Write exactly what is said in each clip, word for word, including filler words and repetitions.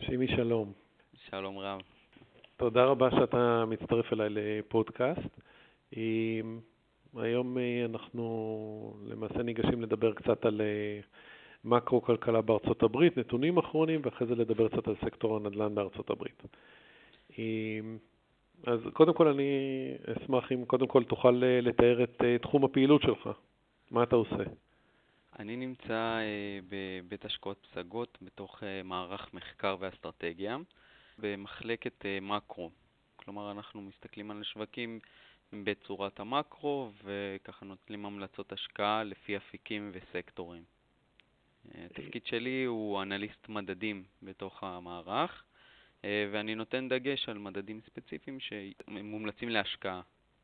שימי, שלום. שלום רב. תודה רבה שאתה מצטרף אליי לפודקאסט. היום אנחנו למעשה ניגשים לדבר קצת על מקרו-כלכלה בארצות הברית, נתונים אחרונים, ואחרי זה לדבר קצת על סקטור הנדל"ן בארצות הברית. אז קודם כל אני אשמח אם קודם כל תוכל לתאר את תחום הפעילות שלך. מה אתה עושה? אני נמצא בבית השקעות פסגות בתוך מערך מחקר ואסטרטגיה במחלקת מקרו. כלומר, אנחנו מסתכלים על השווקים בצורת המקרו וככה נוטלים המלצות השקעה לפי אפיקים וסקטורים. התפקיד שלי הוא אנליסט מדדים בתוך המערך, ואני נותן דגש על מדדים ספציפיים שמומלצים להשקעה.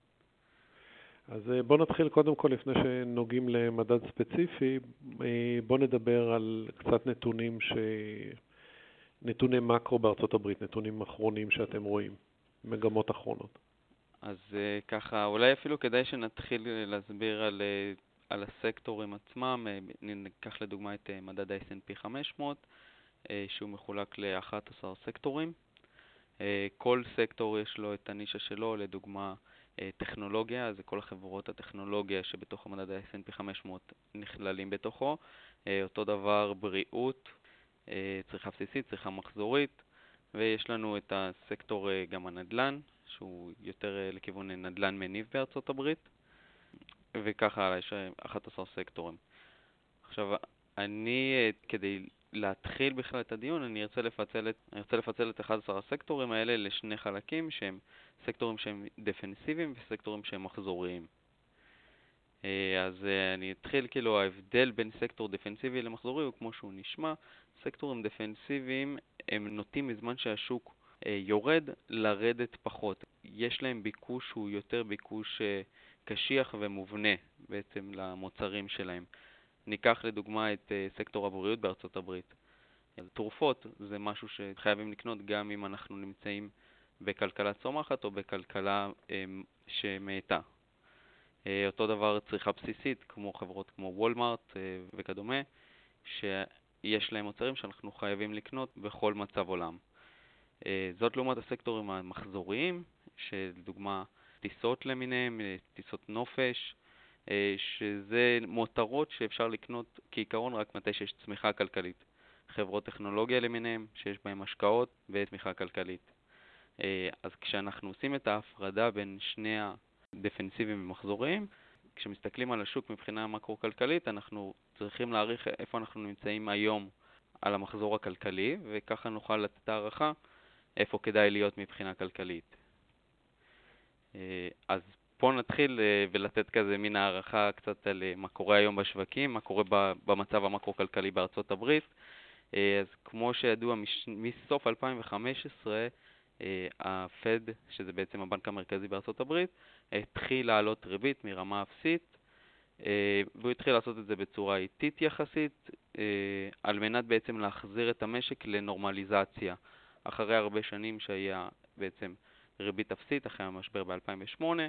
אז בוא נתחיל קודם כל, לפני שנוגעים למדד ספציפי, בוא נדבר על קצת נתונים, ש... נתוני מקרו בארצות הברית, נתונים אחרונים שאתם רואים, מגמות אחרונות. אז ככה, אולי אפילו כדאי שנתחיל להסביר על, על הסקטורים עצמם. ניקח לדוגמה את מדד ה-אס אנד פי חמש מאות, שהוא מחולק ל-אחד עשר סקטורים. כל סקטור יש לו את הנישה שלו, לדוגמה טכנולוגיה, זה כל החברות הטכנולוגיה שבתוך המדד ה-אס אנד פי חמש מאות נכללים בתוכו. אותו דבר בריאות, צריכה בסיסית, צריכה מחזורית, ויש לנו את הסקטור גם הנדל"ן, שהוא יותר לכיוון נדל"ן מניב בארצות הברית, וככה יש אחד עשר סקטורים. עכשיו, אני, כדי להתחיל בכלל את הדיון, אני ארצה לפצל את, אני ארצה לפצל את אחד עשר הסקטורים האלה לשני חלקים, שהם סקטורים שהם דפנסיביים וסקטורים שהם מחזוריים. אז אני אתחיל, כאילו, ההבדל בין סקטור דפנסיבי למחזורי הוא כמו שהוא נשמע. סקטורים דפנסיביים הם נוטים מזמן שהשוק יורד לרדת פחות. יש להם ביקוש שהוא יותר ביקוש קשיח ומובנה בעצם למוצרים שלהם. ניקח לדוגמה את סקטור הבריאות בארצות הברית. תרופות זה משהו שחייבים לקנות גם אם אנחנו נמצאים בכלכלה צומחת או בכלכלה שמאטה. אותו דבר צריכה בסיסית, כמו חברות כמו וולמארט וכדומה, שיש להם מוצרים שאנחנו חייבים לקנות בכל מצב עולם. זאת לעומת הסקטורים המחזוריים, שלדוגמה טיסות למיניהם, טיסות נופש, שזה מותרות שאפשר לקנות כעיקרון רק מתי שיש צמיחה כלכלית. חברות טכנולוגיה למיניהם, שיש בהם השקעות וצמיחה כלכלית. אז כשאנחנו עושים את ההפרדה בין שני הדפנסיביים ומחזוריים, כשמסתכלים על השוק מבחינה מקרו-כלכלית, אנחנו צריכים להעריך איפה אנחנו נמצאים היום על המחזור הכלכלי, וככה נוכל לתת הערכה איפה כדאי להיות מבחינה כלכלית. אז פה נתחיל ולתת כזה מין הערכה קצת על מה קורה היום בשווקים, מה קורה במצב המקרו-כלכלי בארצות הברית. אז כמו שידוע, מסוף אלפיים וחמש עשרה, הפד, שזה בעצם הבנק המרכזי בארצות הברית, התחיל לעלות ריבית מרמה אפסית, והוא התחיל לעשות את זה בצורה איטית יחסית, על מנת בעצם להחזיר את המשק לנורמליזציה, אחרי הרבה שנים שהיה בעצם ריבית אפסית, אחרי המשבר ב-אלפיים ושמונה.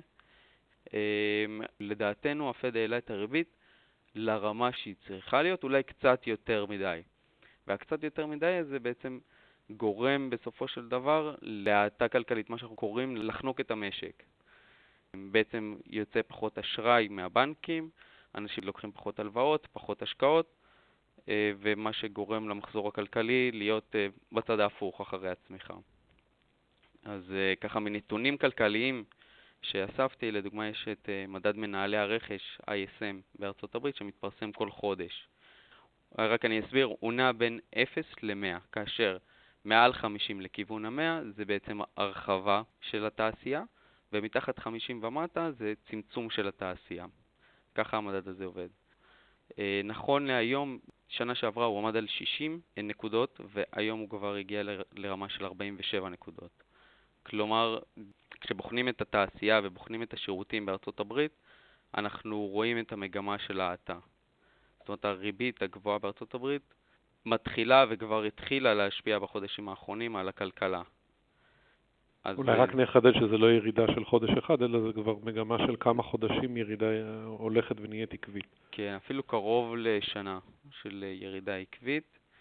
לדעתנו, הפד העלה את הריבית לרמה שהיא צריכה להיות, אולי קצת יותר מדי. והקצת יותר מדי זה בעצם גורם בסופו של דבר להאטה כלכלית, מה שאנחנו קוראים לחנוק את המשק. בעצם יוצא פחות אשראי מהבנקים, אנשים לוקחים פחות הלוואות, פחות השקעות, ומה שגורם למחזור הכלכלי להיות בצד ההפוך אחרי הצמיחה. אז ככה מנתונים כלכליים שאספתי, לדוגמה יש את מדד מנהלי הרכש איי אס אם בארצות הברית שמתפרסם כל חודש. רק אני אסביר, הוא נע בין אפס ל-מאה, כאשר מעל חמישים לכיוון ה-מאה זה בעצם הרחבה של התעשייה, ומתחת חמישים ומטה זה צמצום של התעשייה. ככה המדד הזה עובד. נכון להיום, שנה שעברה הוא עמד על שישים נקודות, והיום הוא כבר הגיע לרמה של ארבעים ושבע נקודות. כלומר, כשבוחנים את התעשייה ובוחנים את השירותים בארצות הברית, אנחנו רואים את המגמה של ההאטה. זאת אומרת, הריבית הגבוהה בארצות הברית מתחילה וכבר התחילה להשפיע בחודשים האחרונים על הכלכלה. אולי רק נחדד שזה לא ירידה של חודש אחד, אלא זה כבר מגמה של כמה חודשים ירידה הולכת ונהיית עקבית. כן, אפילו קרוב לשנה של ירידה עקבית.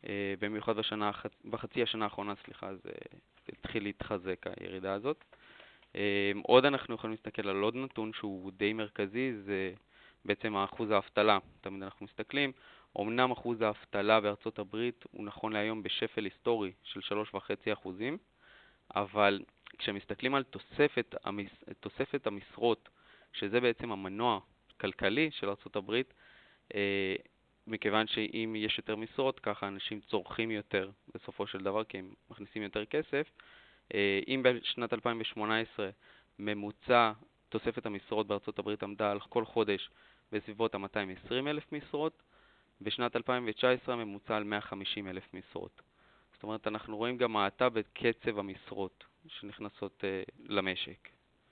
במיוחד בשנה, בחצי השנה האחרונה, סליחה, זה התחיל להתחזק הירידה הזאת. עוד אנחנו יכולים להסתכל על עוד נתון שהוא די מרכזי, זה בעצם האחוז האבטלה. תמיד אנחנו מסתכלים, אמנם אחוז האבטלה בארצות הברית הוא נכון להיום בשפל היסטורי של שלוש נקודה חמש אחוזים, אבל כשמסתכלים על תוספת, תוספת המשרות, שזה בעצם המנוע כלכלי של ארצות הברית, מכיוון שאם יש יותר משרות, ככה אנשים צורכים יותר בסופו של דבר, כי הם מכניסים יותר כסף. אם בשנת אלפיים שמונה עשרה ממוצע תוספת המשרות בארצות הברית עמדה על כל חודש בסביבות ה-מאתיים ועשרים אלף משרות, בשנת אלפיים תשע עשרה ממוצע על מאה וחמישים אלף משרות. זאת אומרת, אנחנו רואים גם האטה בקצב המשרות שנכנסות uh, למשק.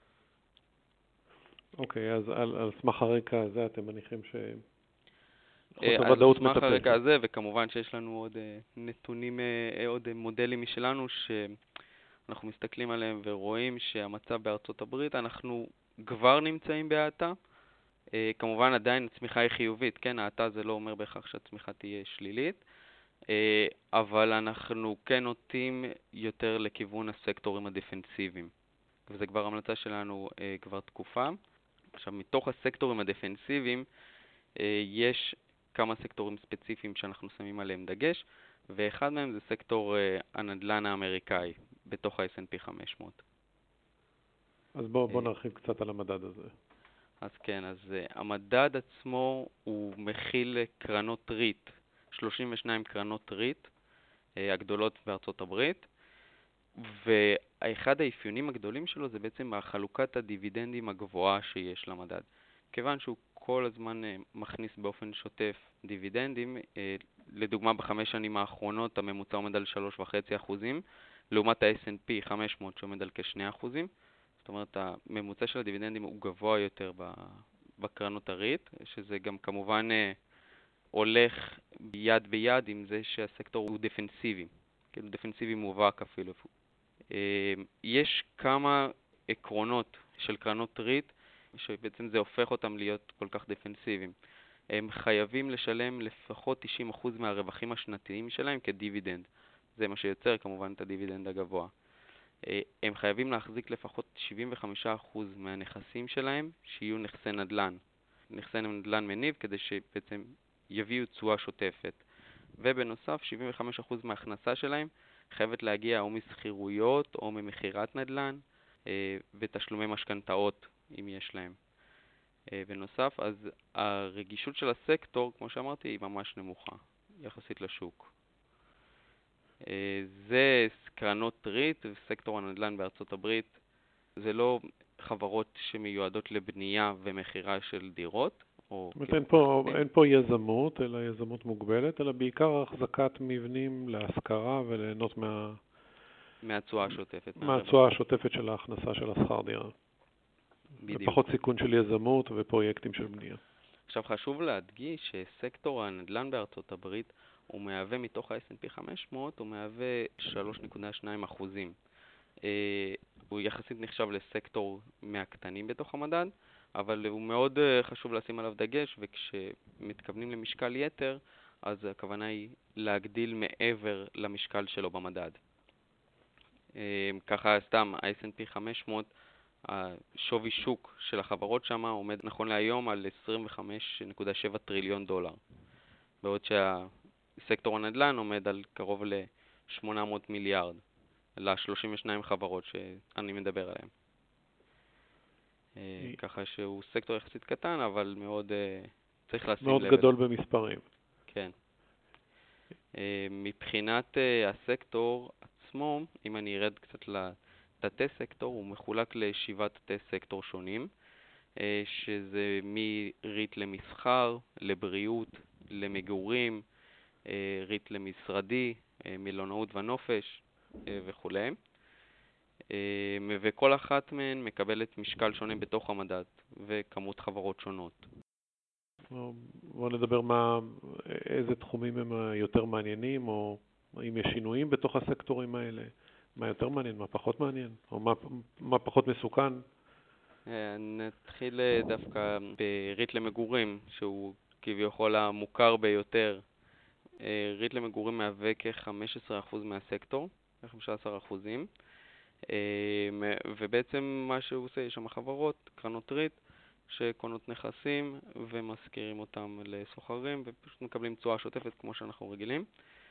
אוקיי, אז על, על סמך הרקע הזה אתם מניחים ש... על סמך הרקע הזה, וכמובן שיש לנו עוד נתונים, עוד מודלים משלנו שאנחנו מסתכלים עליהם ורואים שהמצב בארצות הברית, אנחנו כבר נמצאים בהאטה. כמובן עדיין הצמיחה היא חיובית, כן? ההאטה זה לא אומר בהכרח שהצמיחה תהיה שלילית, אבל אנחנו כן נוטים יותר לכיוון הסקטורים הדפנסיביים. וזה כבר המלצה שלנו כבר תקופה. עכשיו, מתוך הסקטורים הדפנסיביים, יש כמה סקטורים ספציפיים שאנחנו שמים עליהם דגש, ואחד מהם זה סקטור הנדל"ן האמריקאי, בתוך ה-אס אנד פי חמש מאות. אז בואו בוא נרחיב קצת על המדד הזה. אז כן, אז uh, המדד עצמו הוא מכיל קרנות ריט, שלושים ושתיים קרנות ריט, uh, הגדולות בארצות הברית, ואחד האפיונים הגדולים שלו זה בעצם החלוקת הדיבידנדים הגבוהה שיש למדד. כיוון שהוא כל הזמן uh, מכניס באופן שוטף דיבידנדים, uh, לדוגמה בחמש שנים האחרונות הממוצע עומד על שלוש נקודה חמש אחוזים, לעומת ה-אס אנד פי חמש מאות שעומד על כ-שני אחוזים. זאת אומרת, הממוצע של הדיבידנדים הוא גבוה יותר בקרנות הריט, שזה גם כמובן הולך ביד ביד עם זה שהסקטור הוא דפנסיבי, כאילו דפנסיבי מובהק אפילו. יש כמה עקרונות של קרנות ריט, שבעצם זה הופך אותם להיות כל כך דפנסיביים. הם חייבים לשלם לפחות תשעים אחוז מהרווחים השנתיים שלהם כדיבידנד. זה מה שיוצר כמובן את הדיבידנד הגבוה. הם חייבים להחזיק לפחות שבעים וחמישה אחוז מהנכסים שלהם שיהיו נכסי נדל"ן. נכסי נדל"ן מניב כדי שבעצם יביאו תשואה שוטפת. ובנוסף, שבעים וחמישה אחוז מההכנסה שלהם חייבת להגיע או מסחירויות או ממחירת נדל"ן ותשלומי משכנתאות אם יש להם. בנוסף, אז הרגישות של הסקטור, כמו שאמרתי, היא ממש נמוכה יחסית לשוק. זה קרנות ריט וסקטור הנדל"ן בארצות הברית. זה לא חברות שמיועדות לבנייה ומחירה של דירות. זאת אומרת, אין פה, אין פה יזמות, אלא יזמות מוגבלת, אלא בעיקר החזקת מבנים להשכרה וליהנות מה... מהתשואה השוטפת. מהתשואה השוטפת של ההכנסה של השכר דירה. בדיוק. ופחות סיכון של יזמות ופרויקטים של בנייה. עכשיו חשוב להדגיש שסקטור הנדל"ן בארצות הברית הוא מהווה מתוך ה-אס אנד פי חמש מאות, הוא מהווה שלוש נקודה שתיים אחוזים. אה, הוא יחסית נחשב לסקטור מהקטנים בתוך המדד, אבל הוא מאוד uh, חשוב לשים עליו דגש, וכשמתכוונים למשקל יתר, אז הכוונה היא להגדיל מעבר למשקל שלו במדד. אה, ככה סתם, ה-אס אנד פי חמש מאות, השווי שוק של החברות שם עומד נכון להיום על עשרים וחמש נקודה שבע טריליון דולר, בעוד שה... סקטור הנדל"ן עומד על קרוב ל-שמונה מאות מיליארד, ל-שלושים ושתיים חברות שאני מדבר עליהן. ככה שהוא סקטור יחסית קטן, אבל מאוד צריך לשים לב. מאוד גדול במספרים. כן. מבחינת הסקטור עצמו, אם אני ארד קצת לתתי סקטור, הוא מחולק לשבעת תתי סקטור שונים, שזה מריט למסחר, לבריאות, למגורים, ריט למשרדי, מלונאות ונופש וכו'. וכל אחת מהן מקבלת משקל שונה בתוך המדד וכמות חברות שונות. בואו נדבר מה, איזה תחומים הם היותר מעניינים, או אם יש שינויים בתוך הסקטורים האלה, מה יותר מעניין, מה פחות מעניין, או מה, מה פחות מסוכן. נתחיל דווקא בריט למגורים, שהוא כביכול המוכר ביותר. אה, ריט למגורים מהווה כ-חמישה עשר אחוז מהסקטור, חמישה עשר אחוזים, אה, ובעצם מה שהוא עושה, יש שם חברות, קרנות ריט, שקונות נכסים ומזכירים אותם לסוחרים ופשוט מקבלים תשואה שוטפת כמו שאנחנו רגילים.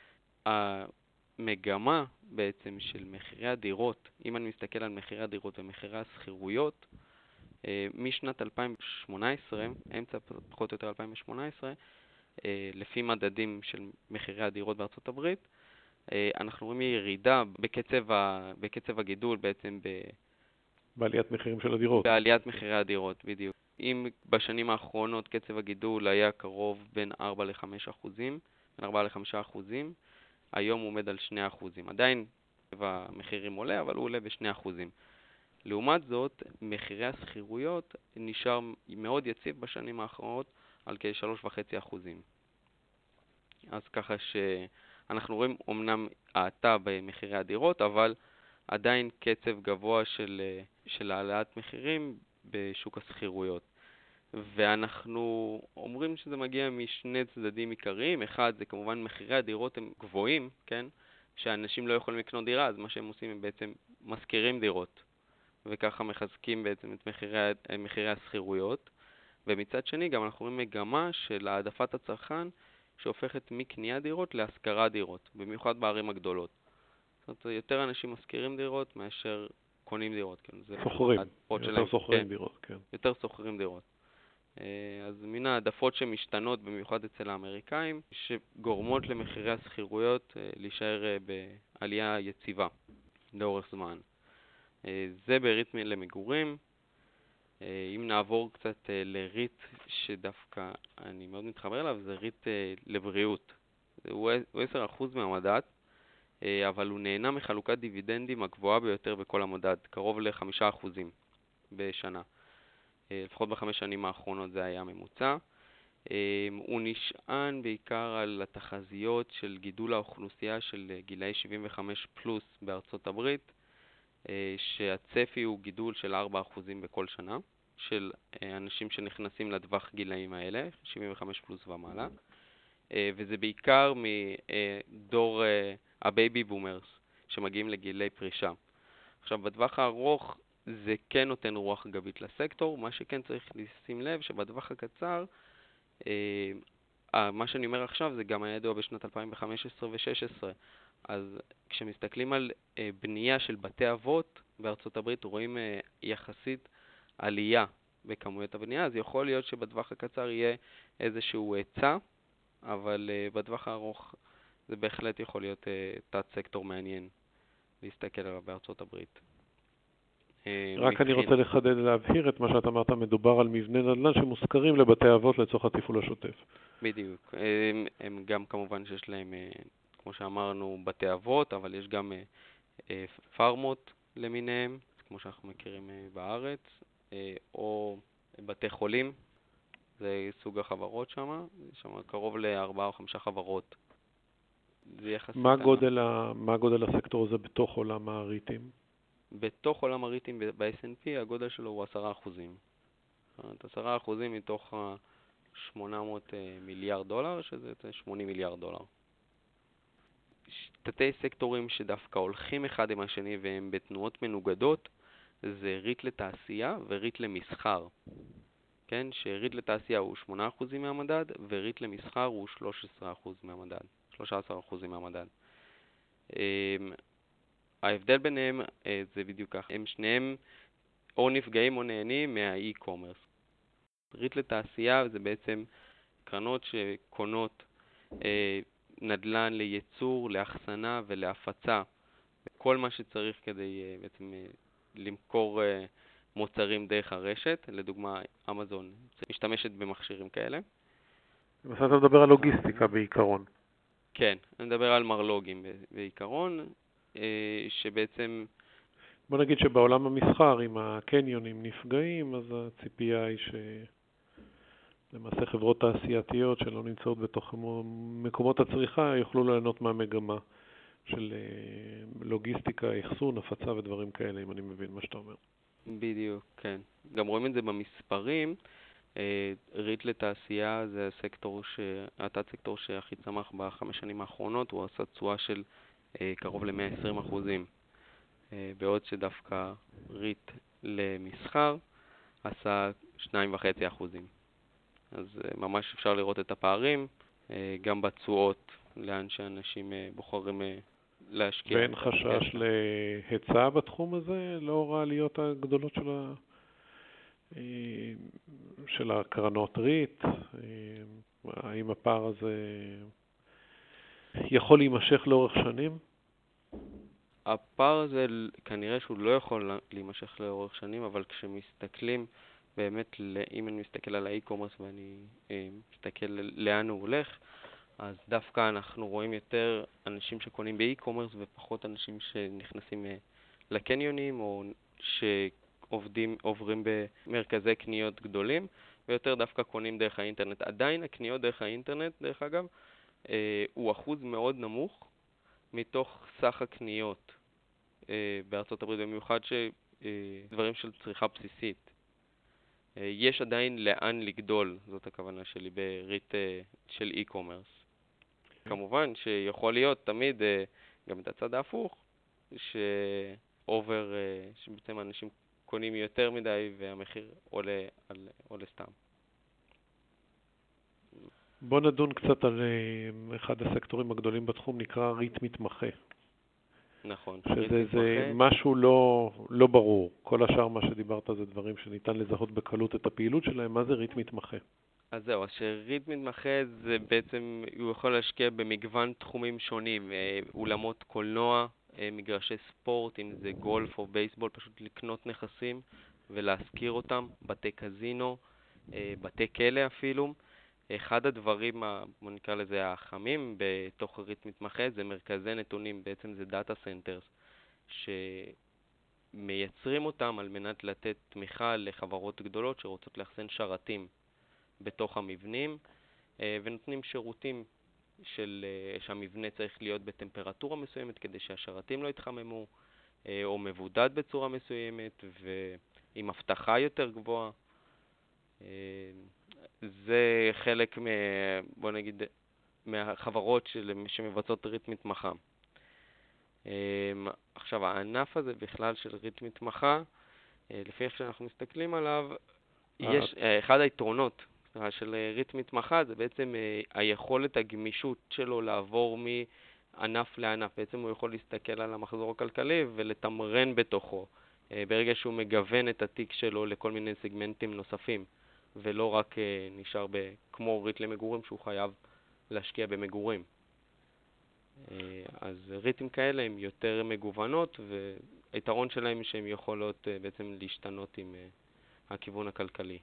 המגמה בעצם של מחירי הדירות, אם אני מסתכל על מחירי הדירות ומחירי הסחירויות, משנת אלפיים שמונה עשרה, אמצע פחות או יותר אלפיים שמונה עשרה, לפי מדדים של מחירי הדירות בארצות הברית, אנחנו רואים ירידה בקצב, ה... בקצב הגידול בעצם ב... בעליית מחירים של הדירות. בעליית מחירי הדירות, בדיוק. אם בשנים האחרונות קצב הגידול היה קרוב בין ארבעה לחמישה אחוזים, בין ארבעה לחמישה אחוזים, היום הוא עומד על שני אחוזים. עדיין המחירים עולה, אבל הוא עולה ב-שני אחוזים. לעומת זאת, מחירי הסחירויות נשאר מאוד יציב בשנים האחרונות על כ-שלושה וחצי אחוזים. אז ככה שאנחנו רואים אומנם האטה במחירי הדירות, אבל עדיין קצב גבוה של, של העלאת מחירים בשוק הסחירויות. ואנחנו אומרים שזה מגיע משני צדדים עיקריים. אחד, זה כמובן מחירי הדירות הם גבוהים, כן? שאנשים לא יכולים לקנות דירה, אז מה שהם עושים הם בעצם מזכירים דירות. וככה מחזקים בעצם את מחירי, מחירי הסחירויות. ומצד שני גם אנחנו רואים מגמה של העדפת הצרכן שהופכת מקניית דירות להשכרת דירות, במיוחד בערים הגדולות. זאת אומרת, יותר אנשים משכירים דירות מאשר קונים דירות. כן? סוחרים, יותר סוחרים כן, דירות, כן. יותר סוחרים דירות. אז מן העדפות שמשתנות במיוחד אצל האמריקאים, שגורמות למחירי הסחירויות להישאר בעלייה יציבה לאורך זמן. זה בריט למגורים. אם נעבור קצת לריט שדווקא אני מאוד מתחבר אליו, זה ריט לבריאות. הוא עשרה אחוז מהמדד, אבל הוא נהנה מחלוקת דיבידנדים הגבוהה ביותר בכל המדד, קרוב ל-חמישה אחוזים בשנה. לפחות בחמש שנים האחרונות זה היה ממוצע. הוא נשען בעיקר על התחזיות של גידול האוכלוסייה של גילאי שבעים וחמש פלוס בארצות הברית, שהצפי הוא גידול של ארבעה אחוזים בכל שנה, של אנשים שנכנסים לדווח גילאים האלה, שבעים וחמש פלוס ומעלה, וזה בעיקר מדור הבייבי בומרס שמגיעים לגילי פרישה. עכשיו, בטווח הארוך זה כן נותן רוח גבית לסקטור, מה שכן צריך לשים לב שבטווח הקצר, מה שאני אומר עכשיו זה גם היה ידוע בשנת אלפיים וחמש עשרה ו-שש עשרה, אז כשמסתכלים על בנייה של בתי אבות בארצות הברית, רואים יחסית עלייה בכמויות הבנייה, אז יכול להיות שבטווח הקצר יהיה איזשהו היצע, אבל בטווח הארוך זה בהחלט יכול להיות תת סקטור מעניין להסתכל עליו בארצות הברית. רק אני רוצה לחדד להבהיר את מה שאתה אמרת, מדובר על מבנה נדל"ן שמושכרים לבתי אבות לצורך התפעול השוטף. בדיוק. הם, הם גם כמובן שיש להם, כמו שאמרנו, בתי אבות, אבל יש גם פארמות למיניהם, כמו שאנחנו מכירים בארץ, או בתי חולים, זה סוג החברות שם, יש שם קרוב לארבעה או חמישה חברות. מה גודל, ה... מה גודל הסקטור הזה בתוך עולם הריטים? בתוך עולם הריטים ב-אס אנד פי הגודל שלו הוא עשרה אחוזים. עשרה אחוזים מתוך שמונה מאות מיליארד דולר, שזה שמונים מיליארד דולר. תתי סקטורים שדווקא הולכים אחד עם השני והם בתנועות מנוגדות, זה ריט לתעשייה וריט למסחר. כן, שריט לתעשייה הוא שמונה אחוזים מהמדד, וריט למסחר הוא שלושה עשר אחוז מהמדד. שלושה עשר אחוזים מהמדד. ההבדל ביניהם זה בדיוק כך. הם שניהם או נפגעים או נהנים מהאי-קומרס. ריט לתעשייה זה בעצם קרנות שקונות אה, נדל"ן לייצור, לאחסנה ולהפצה. כל מה שצריך כדי אה, בעצם אה, למכור אה, מוצרים דרך הרשת. לדוגמה, אמזון משתמשת במכשירים כאלה. אתה מדבר על לוגיסטיקה בעיקרון. כן, אני מדבר על מרלוגים בעיקרון, שבעצם... בוא נגיד שבעולם המסחר, אם הקניונים נפגעים, אז הציפייה היא שלמעשה חברות תעשייתיות שלא נמצאות בתוך מקומות הצריכה יוכלו ליהנות מהמגמה של לוגיסטיקה, אחסון, הפצה ודברים כאלה, אם אני מבין מה שאתה אומר. בדיוק, כן. גם רואים את זה במספרים, ריט לתעשייה זה הסקטור, התת סקטור שהכי צמח בחמש שנים האחרונות, הוא עשה תשואה של קרוב ל-מאה ועשרים אחוזים, בעוד שדווקא ריט למסחר עשה שניים וחצי אחוזים. אז ממש אפשר לראות את הפערים, גם בתשואות, לאן שאנשים בוחרים להשקיע. ואין חשש להיצע בתחום הזה, לאור העליות הגדולות של ה... של הקרנות ריט? האם הפער הזה יכול להימשך לאורך שנים? הפער הזה כנראה שהוא לא יכול להימשך לאורך שנים, אבל כשמסתכלים באמת, אם אני מסתכל על האי-קומרס ואני מסתכל לאן הוא הולך, אז דווקא אנחנו רואים יותר אנשים שקונים באי-קומרס ופחות אנשים שנכנסים לקניונים או שעובדים, עוברים במרכזי קניות גדולים, ויותר דווקא קונים דרך האינטרנט. עדיין הקניות דרך האינטרנט, דרך אגב, הוא אחוז מאוד נמוך מתוך סך הקניות בארצות הברית, במיוחד שדברים של צריכה בסיסית. יש עדיין לאן לגדול, זאת הכוונה שלי בריט של אי-קומרס. כמובן שיכול להיות תמיד גם את הצד ההפוך, שאובר, שבעצם אנשים קונים יותר מדי והמחיר עולה, עולה סתם. בוא נדון קצת על אחד הסקטורים הגדולים בתחום, נקרא ריט מתמחה. נכון. שזה זה משהו לא, לא ברור. כל השאר מה שדיברת זה דברים שניתן לזהות בקלות את הפעילות שלהם. מה זה ריט מתמחה? אז זהו, אז שריט מתמחה זה בעצם, הוא יכול להשקיע במגוון תחומים שונים, אולמות קולנוע, מגרשי ספורט, אם זה גולף או בייסבול, פשוט לקנות נכסים ולהשכיר אותם, בתי קזינו, בתי כלא אפילו. אחד הדברים, בוא נקרא לזה החמים בתוך ריט מתמחה, זה מרכזי נתונים, בעצם זה דאטה סנטרס, שמייצרים אותם על מנת לתת תמיכה לחברות גדולות שרוצות לאחסן שרתים בתוך המבנים, ונותנים שירותים של שהמבנה צריך להיות בטמפרטורה מסוימת כדי שהשרתים לא יתחממו, או מבודד בצורה מסוימת ועם הבטחה יותר גבוהה. זה חלק מ, בוא נגיד, מהחברות של, שמבצעות ריט מתמחה. עכשיו, הענף הזה בכלל של ריט מתמחה, לפי איך שאנחנו מסתכלים עליו, יש אחד היתרונות של ריט מתמחה, זה בעצם היכולת הגמישות שלו לעבור מענף לענף. בעצם הוא יכול להסתכל על המחזור הכלכלי ולתמרן בתוכו, ברגע שהוא מגוון את התיק שלו לכל מיני סגמנטים נוספים. ולא רק נשאר כמו ריט למגורים שהוא חייב להשקיע במגורים. אז ריטים כאלה הם יותר מגוונות, והיתרון שלהם שהם יכולות בעצם להשתנות עם הכיוון הכלכלי.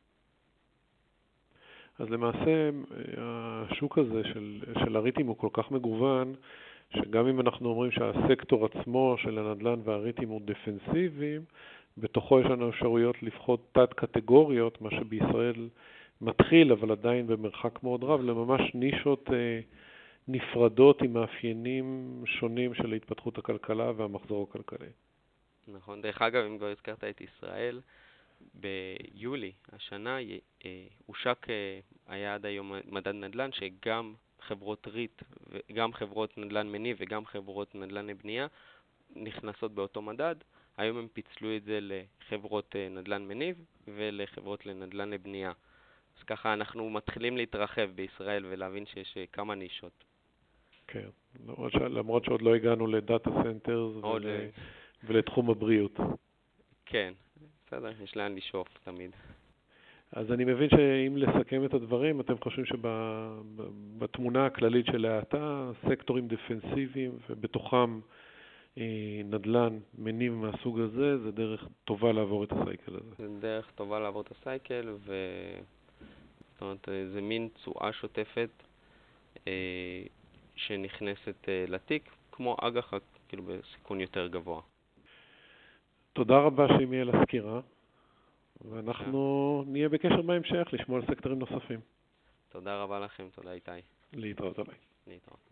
אז למעשה השוק הזה של, של הריטים הוא כל כך מגוון, שגם אם אנחנו אומרים שהסקטור עצמו של הנדל"ן והריטים הוא דפנסיביים, בתוכו יש לנו אפשרויות לבחור תת קטגוריות, מה שבישראל מתחיל, אבל עדיין במרחק מאוד רב, לממש נישות אה, נפרדות עם מאפיינים שונים של התפתחות הכלכלה והמחזור הכלכלי. נכון. דרך אגב, אם כבר הזכרת את ישראל, ביולי השנה אה, הושק, אה, היה עד היום מדד נדל"ן, שגם חברות ריט, וגם חברות נדל"ן מניב וגם חברות נדל"ן לבנייה נכנסות באותו מדד. היום הם פיצלו את זה לחברות נדל"ן מניב ולחברות לנדל"ן לבנייה. אז ככה אנחנו מתחילים להתרחב בישראל ולהבין שיש כמה נישות. כן, למרות, ש... למרות שעוד לא הגענו לדאטה סנטרס ול... ולתחום הבריאות. כן, בסדר, יש לאן לשאוף תמיד. אז אני מבין שאם לסכם את הדברים, אתם חושבים שבתמונה הכללית של ההאטה, סקטורים דפנסיביים ובתוכם נדל"ן מניב מהסוג הזה, זה דרך טובה לעבור את הסייקל הזה. זה דרך טובה לעבור את הסייקל, ו... זאת אומרת, זה מין תשואה שוטפת אה, שנכנסת אה, לתיק, כמו אג"ח, כאילו בסיכון יותר גבוה. תודה רבה שימי על הסקירה, ואנחנו נהיה בקשר בהמשך לשמוע על סקטורים נוספים. תודה רבה לכם, תודה איתי. להתראות עליי. להתראות.